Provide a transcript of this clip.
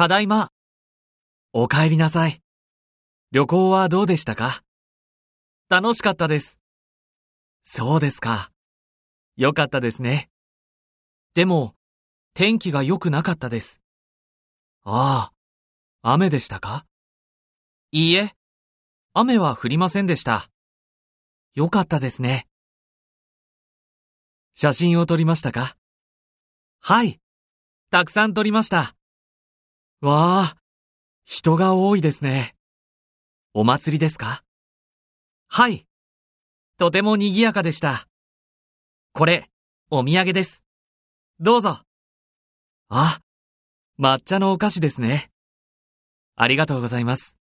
ただいま。お帰りなさい。旅行はどうでしたか？楽しかったです。そうですか。よかったですね。でも、天気が良くなかったです。ああ、雨でしたか？いいえ、雨は降りませんでした。よかったですね。写真を撮りましたか？はい、たくさん撮りました。わあ、人が多いですね。お祭りですか？はい、とても賑やかでした。これ、お土産です。どうぞ。あ、抹茶のお菓子ですね。ありがとうございます。